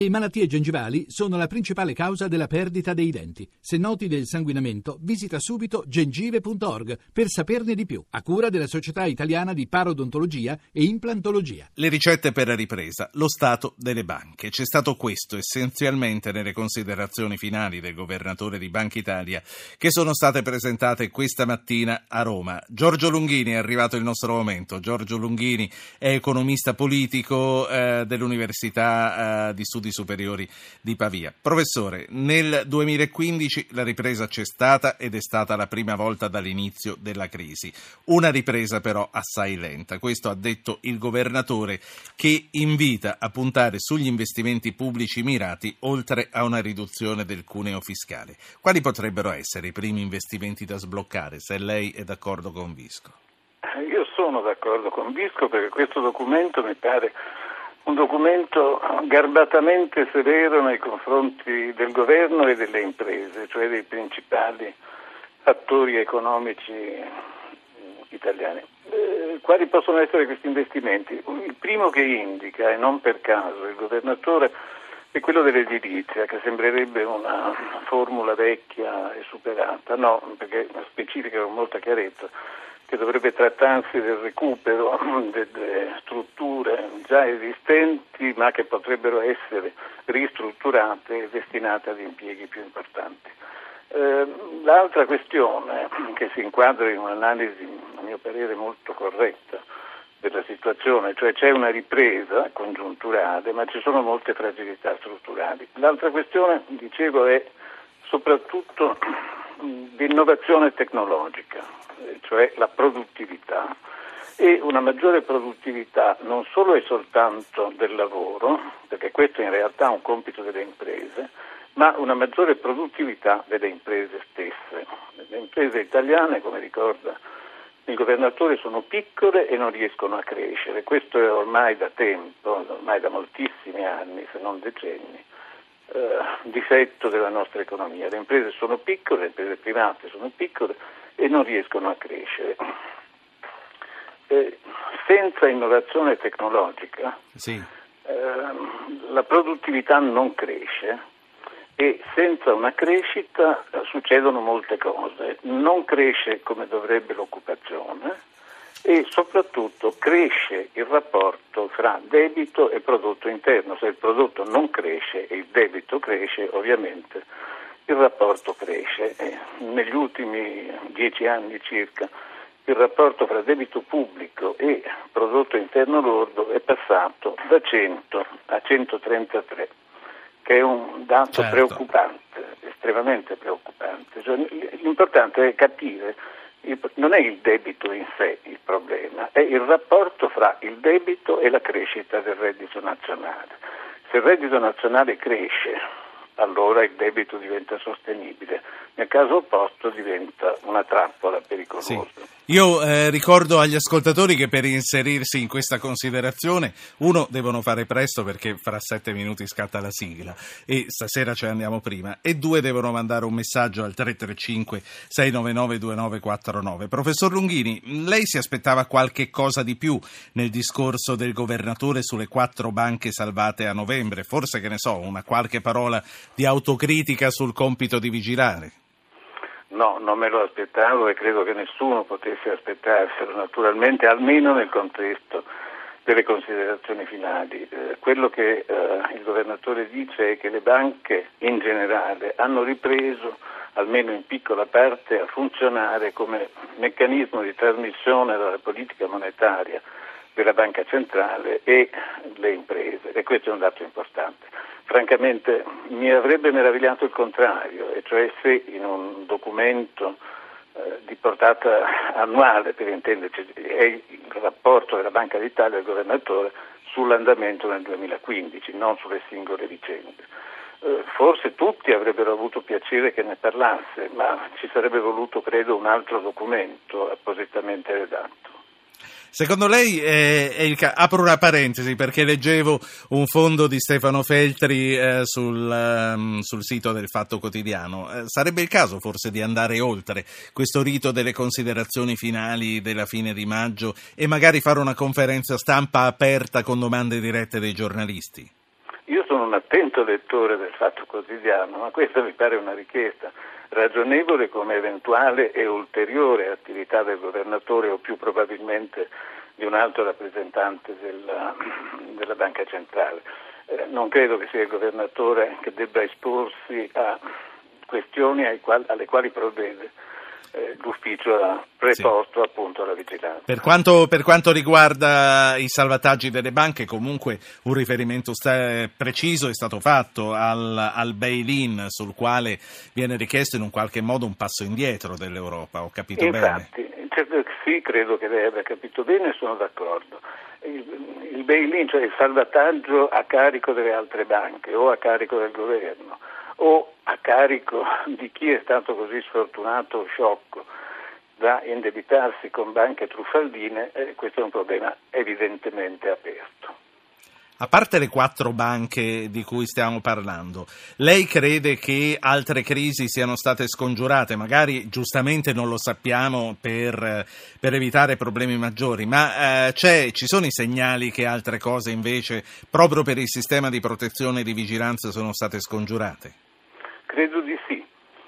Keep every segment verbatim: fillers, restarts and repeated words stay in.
Le malattie gengivali sono la principale causa della perdita dei denti. Se noti del sanguinamento, visita subito gengive punto org per saperne di più, a cura della Società Italiana di Parodontologia e Implantologia. Le ricette per la ripresa, lo stato delle banche. C'è stato questo essenzialmente nelle considerazioni finali del governatore di Banca Italia che sono state presentate questa mattina a Roma. Giorgio Lunghini è arrivato il nostro momento. Giorgio Lunghini è economista politico eh, dell'Università eh, di Studi Superiori di Pavia. Professore, nel duemilaquindici la ripresa c'è stata ed è stata la prima volta dall'inizio della crisi. Una ripresa però assai lenta. Questo ha detto il governatore, che invita a puntare sugli investimenti pubblici mirati oltre a una riduzione del cuneo fiscale. Quali potrebbero essere i primi investimenti da sbloccare, se lei è d'accordo con Visco? Io sono d'accordo con Visco, perché questo documento mi pare un documento garbatamente severo nei confronti del governo e delle imprese, cioè dei principali attori economici italiani. Eh, quali possono essere questi investimenti? Il primo che indica, e non per caso, il governatore, è quello dell'edilizia, che sembrerebbe una formula vecchia e superata. No, perché specifica con molta chiarezza che dovrebbe trattarsi del recupero delle strutture già esistenti, ma che potrebbero essere ristrutturate e destinate ad impieghi più importanti. Eh, l'altra questione, che si inquadra in un'analisi, a mio parere, molto corretta della situazione, cioè c'è una ripresa congiunturale, ma ci sono molte fragilità strutturali. L'altra questione, dicevo, è soprattutto l'innovazione tecnologica, cioè la produttività, e una maggiore produttività non solo e soltanto del lavoro, perché questo in realtà è un compito delle imprese, ma una maggiore produttività delle imprese stesse. Le imprese italiane, come ricorda il governatore, sono piccole e non riescono a crescere. Questo è ormai da tempo, ormai da moltissimi anni, se non decenni, eh, difetto della nostra economia. Le imprese sono piccole, le imprese private sono piccole e non riescono a crescere. Eh, senza innovazione tecnologica sì. eh, la produttività non cresce, e senza una crescita eh, succedono molte cose. Non cresce come dovrebbe l'occupazione e soprattutto cresce il rapporto fra debito e prodotto interno. Se il prodotto non cresce e il debito cresce, ovviamente il rapporto cresce. E negli ultimi dieci anni circa il rapporto fra debito pubblico e prodotto interno lordo è passato da cento a centotrentatré, che è un dato certo. preoccupante, estremamente preoccupante. Cioè, l'importante è capire, il, non è il debito in sé il problema, è il rapporto fra il debito e la crescita del reddito nazionale. Se il reddito nazionale cresce, allora il debito diventa sostenibile, nel caso opposto diventa una trappola pericolosa. Sì. Io eh, ricordo agli ascoltatori che per inserirsi in questa considerazione, uno, devono fare presto perché fra sette minuti scatta la sigla e stasera ce ne andiamo prima, e due, devono mandare un messaggio al tre tre cinque sei nove nove due nove quattro nove. Professor Lunghini, lei si aspettava qualche cosa di più nel discorso del governatore sulle quattro banche salvate a novembre? Forse, che ne so, una qualche parola di autocritica sul compito di vigilare? No, non me lo aspettavo e credo che nessuno potesse aspettarselo, naturalmente, almeno nel contesto delle considerazioni finali. Eh, quello che eh, il governatore dice è che le banche in generale hanno ripreso, almeno in piccola parte, a funzionare come meccanismo di trasmissione dalla politica monetaria della Banca Centrale e le imprese, e questo è un dato importante. Francamente mi avrebbe meravigliato il contrario, e cioè se in un documento eh, di portata annuale, per intenderci, è il rapporto della Banca d'Italia e del governatore sull'andamento nel duemilaquindici, non sulle singole vicende. Eh, forse tutti avrebbero avuto piacere che ne parlasse, ma ci sarebbe voluto, credo, un altro documento appositamente redatto. Secondo lei è, è il ca- apro una parentesi perché leggevo un fondo di Stefano Feltri eh, sul, um, sul sito del Fatto Quotidiano. Eh, sarebbe il caso forse di andare oltre questo rito delle considerazioni finali della fine di maggio e magari fare una conferenza stampa aperta con domande dirette dei giornalisti? Io sono un attento lettore del Fatto Quotidiano, ma questa mi pare una richiesta ragionevole come eventuale e ulteriore attività del governatore o più probabilmente di un alto rappresentante della, della Banca Centrale. Eh, non credo che sia il governatore che debba esporsi a questioni ai quali, alle quali provvede eh, l'ufficio ha preposto sì. appunto alla vigilanza. Per quanto, per quanto riguarda i salvataggi delle banche, comunque un riferimento sta, preciso è stato fatto al, al bail-in, sul quale viene richiesto in un qualche modo un passo indietro dell'Europa, ho capito Infatti, bene? Infatti, sì, credo che lei abbia capito bene e sono d'accordo. Il, il bail-in, cioè il salvataggio a carico delle altre banche o a carico del governo o a carico di chi è stato così sfortunato o sciocco da indebitarsi con banche truffaldine, eh, questo è un problema evidentemente aperto. A parte le quattro banche di cui stiamo parlando, lei crede che altre crisi siano state scongiurate? Magari giustamente non lo sappiamo per, per evitare problemi maggiori, ma eh, c'è, ci sono i segnali che altre cose invece, proprio per il sistema di protezione e di vigilanza, sono state scongiurate? Credo di sì,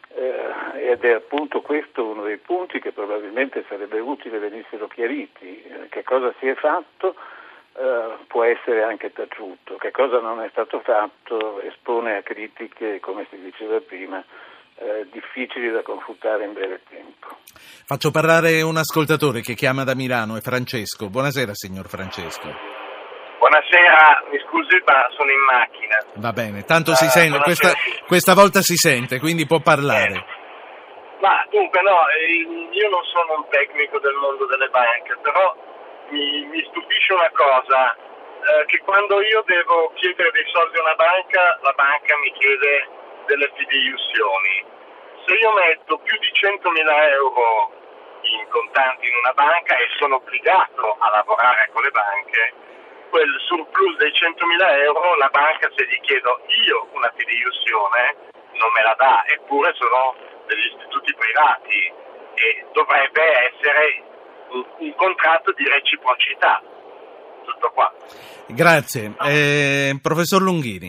eh, ed è appunto questo uno dei punti che probabilmente sarebbe utile venissero chiariti. Eh, che cosa si è fatto eh, può essere anche taciuto, che cosa non è stato fatto espone a critiche, come si diceva prima, eh, difficili da confutare in breve tempo. Faccio parlare un ascoltatore che chiama da Milano, è Francesco. Buonasera signor Francesco. Buonasera, mi scusi ma sono in macchina. Va bene, tanto si sente, questa, questa volta si sente, quindi può parlare. Eh. Ma dunque no, io non sono un tecnico del mondo delle banche, però mi, mi stupisce una cosa, eh, che quando io devo chiedere dei soldi a una banca, la banca mi chiede delle fideiussioni. Se io metto più di centomila euro in contanti in una banca e sono obbligato a lavorare con le banche, quel surplus dei centomila euro la banca, se gli chiedo io una fideiussione, non me la dà, eppure sono degli istituti privati e dovrebbe essere un, un contratto di reciprocità. Tutto qua. Grazie. Eh, professor Lunghini.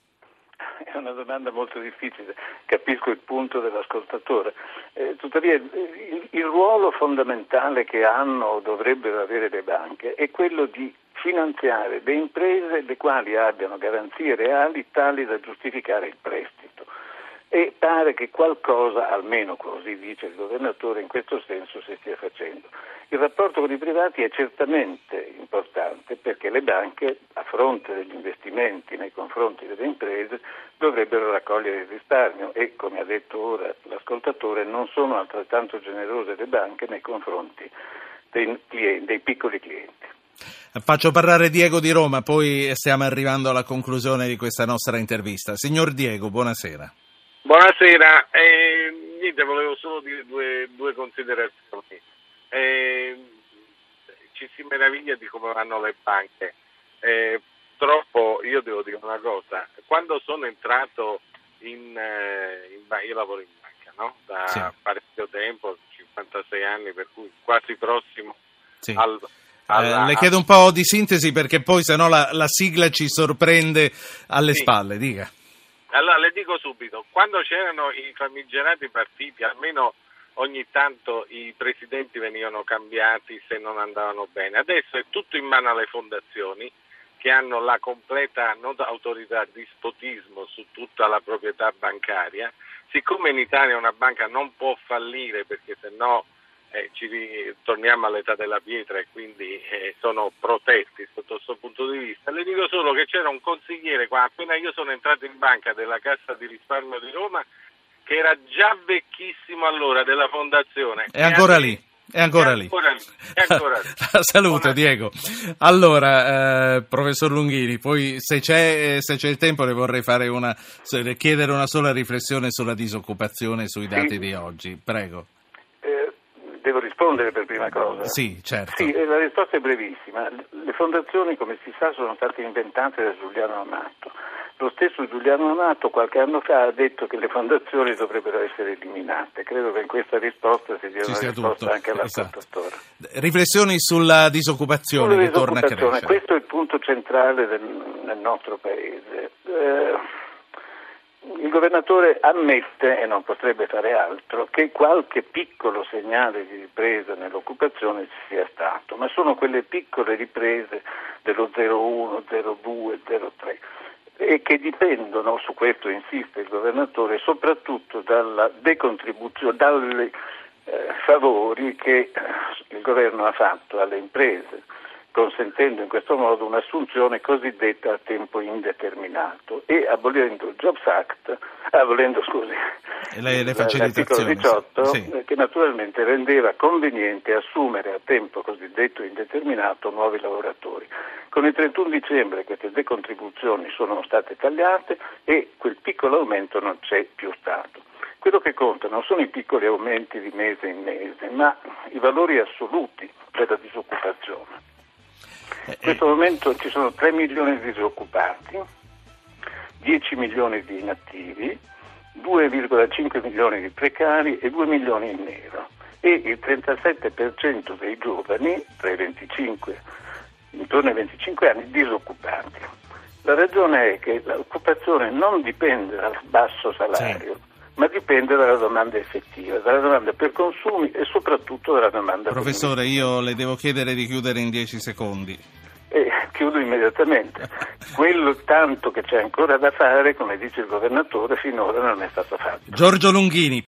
È una domanda molto difficile, capisco il punto dell'ascoltatore. Eh, tuttavia il, il ruolo fondamentale che hanno o dovrebbero avere le banche è quello di finanziare le imprese le quali abbiano garanzie reali tali da giustificare il prestito. E pare che qualcosa, almeno così dice il governatore, in questo senso si stia facendo. Il rapporto con i privati è certamente importante perché le banche, a fronte degli investimenti nei confronti delle imprese, dovrebbero raccogliere il risparmio e, come ha detto ora l'ascoltatore, non sono altrettanto generose le banche nei confronti dei, clienti, dei piccoli clienti. Faccio parlare Diego di Roma, poi stiamo arrivando alla conclusione di questa nostra intervista. Signor Diego, buonasera. Buonasera, eh, niente, volevo solo dire due, due considerazioni. Eh, ci si meraviglia di come vanno le banche. Eh, troppo, io devo dire una cosa, quando sono entrato in, eh, in banca, io lavoro in banca, no? Da sì. parecchio tempo, cinquantasei anni, per cui quasi prossimo sì. al... Alla, eh, le chiedo un po' di sintesi perché poi se no la, la sigla ci sorprende alle sì. spalle, dica. Allora le dico subito, quando c'erano i famigerati partiti, almeno ogni tanto i presidenti venivano cambiati se non andavano bene. Adesso è tutto in mano alle fondazioni che hanno la completa non autorità, dispotismo su tutta la proprietà bancaria. Siccome in Italia una banca non può fallire perché sennò Eh, ci torniamo all'età della pietra e quindi eh, sono protetti sotto questo punto di vista. Le dico solo che c'era un consigliere qua, appena io sono entrato in banca della Cassa di Risparmio di Roma, che era già vecchissimo allora della fondazione. È ancora lì. È ancora, è lì. ancora lì. È ancora lì. Saluto Diego. Allora, eh, professor Lunghini, poi se c'è, se c'è il tempo le vorrei fare una, chiedere una sola riflessione sulla disoccupazione, sui dati sì. di oggi. Prego. Devo rispondere per prima cosa? Sì, certo. Sì, la risposta è brevissima. Le fondazioni, come si sa, sono state inventate da Giuliano Amato. Lo stesso Giuliano Amato qualche anno fa ha detto che le fondazioni dovrebbero essere eliminate. Credo che in questa risposta si dia Ci una risposta tutto. anche all'ascoltatore. Esatto. Riflessioni sulla disoccupazione Sulla che disoccupazione, torna a crescere. questo è il punto centrale del, nel nostro Paese. eh, il governatore ammette, e non potrebbe fare altro, che qualche piccolo segnale di ripresa nell'occupazione ci sia stato, ma sono quelle piccole riprese dello zero virgola uno, zero virgola due, zero virgola tre e che dipendono, su questo insiste il governatore, soprattutto dalla decontribuzione, dai eh, favori che il governo ha fatto alle imprese, consentendo in questo modo un'assunzione cosiddetta a tempo indeterminato e abolendo il Jobs Act, abolendo scusi, le, le l'articolo diciotto, sì. che naturalmente rendeva conveniente assumere a tempo cosiddetto indeterminato nuovi lavoratori. Con il trentuno dicembre queste decontribuzioni sono state tagliate e quel piccolo aumento non c'è più stato. Quello che conta non sono i piccoli aumenti di mese in mese, ma i valori assoluti della disoccupazione. In questo momento ci sono tre milioni di disoccupati, dieci milioni di inattivi, due virgola cinque milioni di precari e due milioni in nero e il trentasette per cento dei giovani tra i venticinque, intorno ai venticinque anni disoccupati. La ragione è che l'occupazione non dipende dal basso salario, sì, ma dipende dalla domanda effettiva, dalla domanda per consumi e soprattutto dalla domanda per Professore, io le devo chiedere di chiudere in dieci secondi. E chiudo immediatamente. Quello tanto che c'è ancora da fare, come dice il governatore, finora non è stato fatto. Giorgio Lunghini.